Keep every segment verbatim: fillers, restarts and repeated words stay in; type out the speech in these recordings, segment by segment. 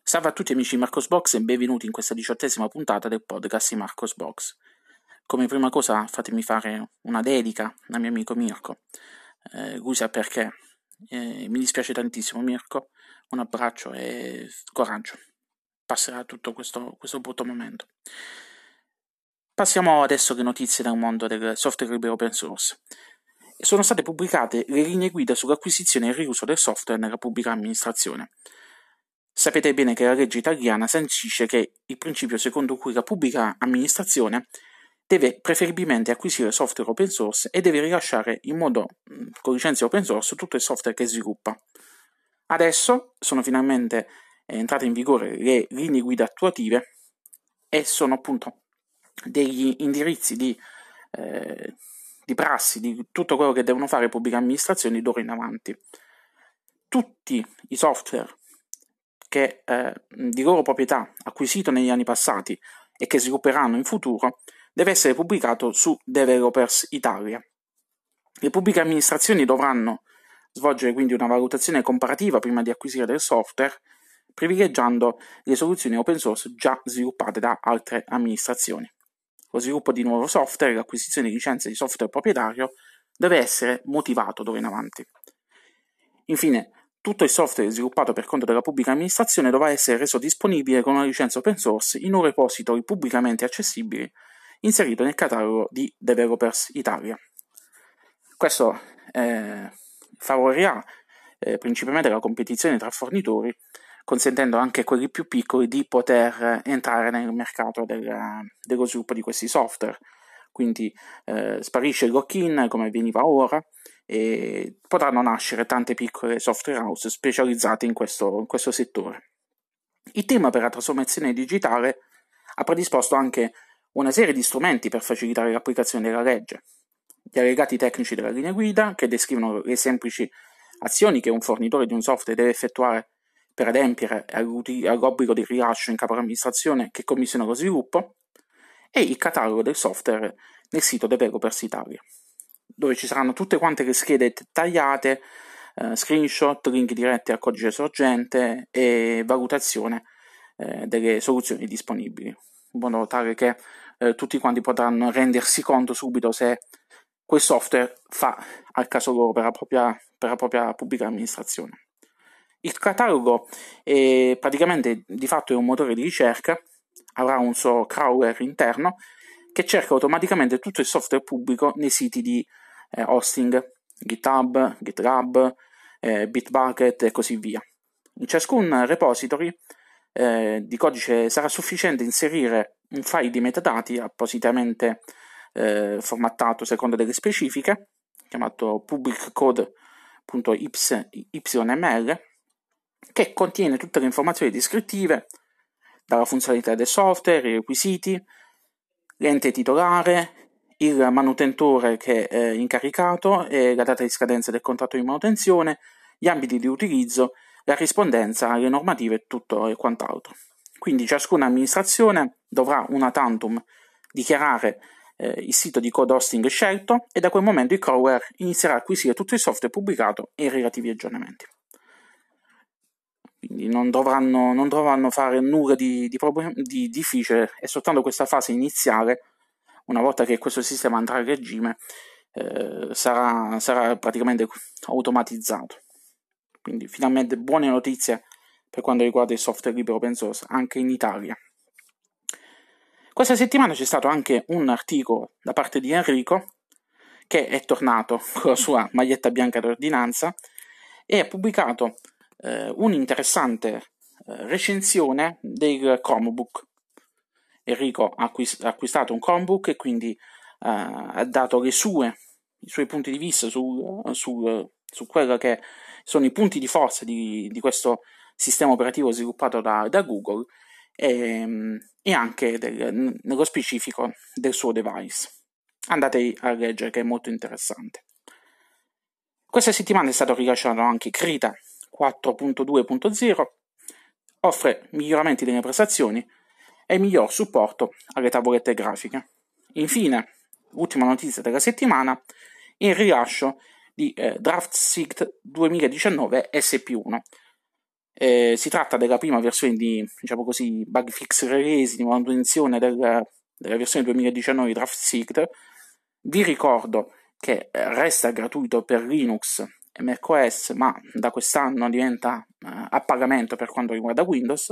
Salve a tutti amici di Marcosbox e benvenuti in questa diciottesima puntata del podcast di Marcosbox. Come prima cosa fatemi fare una dedica al mio amico Mirko. Eh, lui sa perché. Eh, mi dispiace tantissimo Mirko, un abbraccio e coraggio. Passerà tutto questo, questo brutto momento. Passiamo adesso alle notizie dal mondo del software libero open source. Sono state pubblicate le linee guida sull'acquisizione e il riuso del software nella pubblica amministrazione. Sapete bene che la legge italiana sancisce che il principio secondo cui la pubblica amministrazione deve preferibilmente acquisire software open source e deve rilasciare in modo con licenze open source tutto il software che sviluppa. Adesso sono finalmente entrate in vigore le linee guida attuative e sono appunto degli indirizzi di, eh, di prassi, di tutto quello che devono fare le pubbliche amministrazioni d'ora in avanti. Tutti i software che eh, di loro proprietà acquisito negli anni passati e che svilupperanno in futuro deve essere pubblicato su Developers Italia. Le pubbliche amministrazioni dovranno svolgere quindi una valutazione comparativa prima di acquisire del software, privilegiando le soluzioni open source già sviluppate da altre amministrazioni. Lo sviluppo di nuovo software e l'acquisizione di licenze di software proprietario deve essere motivato d'ora in avanti. Infine, tutto il software sviluppato per conto della pubblica amministrazione dovrà essere reso disponibile con una licenza open source in un repository pubblicamente accessibile inserito nel catalogo di Developers Italia. Questo eh, favorirà eh, principalmente la competizione tra fornitori, consentendo anche a quelli più piccoli di poter entrare nel mercato del, dello sviluppo di questi software. Quindi eh, sparisce il lock-in come avveniva ora e potranno nascere tante piccole software house specializzate in questo, in questo settore. Il team per la trasformazione digitale ha predisposto anche una serie di strumenti per facilitare l'applicazione della legge. Gli allegati tecnici della linea guida, che descrivono le semplici azioni che un fornitore di un software deve effettuare per adempiere all'obbligo di rilascio in capo all'amministrazione che commissiona lo sviluppo, e il catalogo del software nel sito Developers Italia, dove ci saranno tutte quante le schede tagliate, eh, screenshot, link diretti al codice sorgente e valutazione eh, delle soluzioni disponibili, in modo tale che eh, tutti quanti potranno rendersi conto subito se quel software fa al caso loro per la propria, per la propria pubblica amministrazione. Il catalogo è praticamente di fatto è un motore di ricerca, avrà un suo crawler interno che cerca automaticamente tutto il software pubblico nei siti di eh, hosting, GitHub, GitLab, eh, Bitbucket e così via. In ciascun repository eh, di codice sarà sufficiente inserire un file di metadati appositamente eh, formattato secondo delle specifiche, chiamato publiccode.yml, che contiene tutte le informazioni descrittive, dalla funzionalità del software, i requisiti, l'ente titolare, il manutentore che è incaricato e la data di scadenza del contratto di manutenzione, gli ambiti di utilizzo, la rispondenza alle normative e tutto e quant'altro. Quindi ciascuna amministrazione dovrà una tantum dichiarare eh, il sito di code hosting scelto e da quel momento il crawler inizierà a acquisire tutto il software pubblicato e i relativi aggiornamenti. Quindi non dovranno, non dovranno fare nulla di, di, problem- di difficile, è soltanto questa fase iniziale. Una volta che questo sistema andrà a regime eh, sarà, sarà praticamente automatizzato. Quindi finalmente buone notizie per quanto riguarda il software libero open source anche in Italia. Questa settimana c'è stato anche un articolo da parte di Enrico che è tornato con la sua maglietta bianca d'ordinanza e ha pubblicato eh, un'interessante eh, recensione del Chromebook. Enrico ha, acquist- ha acquistato un Chromebook e quindi eh, ha dato le sue, i suoi punti di vista su, su, su quello che sono i punti di forza di, di questo sistema operativo sviluppato da, da Google e, e anche del, nello specifico del suo device. Andate a leggere che è molto interessante. Questa settimana è stato rilasciato anche Krita quattro punto due punto zero, offre miglioramenti delle prestazioni e miglior supporto alle tavolette grafiche. Infine, ultima notizia della settimana, il rilascio di eh, DraftSight duemiladiciannove S P uno. Eh, si tratta della prima versione di, diciamo così, bug fix release, di manutenzione del, della versione duemiladiciannove di DraftSeekr. Vi ricordo che resta gratuito per Linux e macOS, ma da quest'anno diventa eh, a pagamento per quanto riguarda Windows.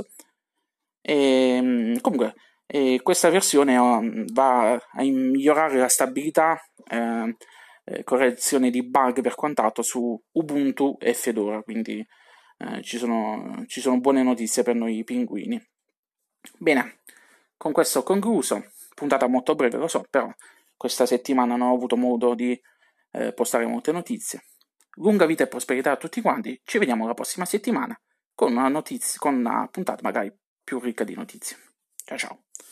E, comunque, e questa versione uh, va a migliorare la stabilità, eh, eh, correzione di bug per quant'altro su Ubuntu e Fedora, quindi eh, ci, sono, ci sono buone notizie per noi pinguini. Bene, con questo ho concluso, puntata molto breve lo so, però questa settimana non ho avuto modo di eh, postare molte notizie. Lunga vita e prosperità a tutti quanti, ci vediamo la prossima settimana con una, notizia, con una puntata magari più ricca di notizie. Ciao ciao!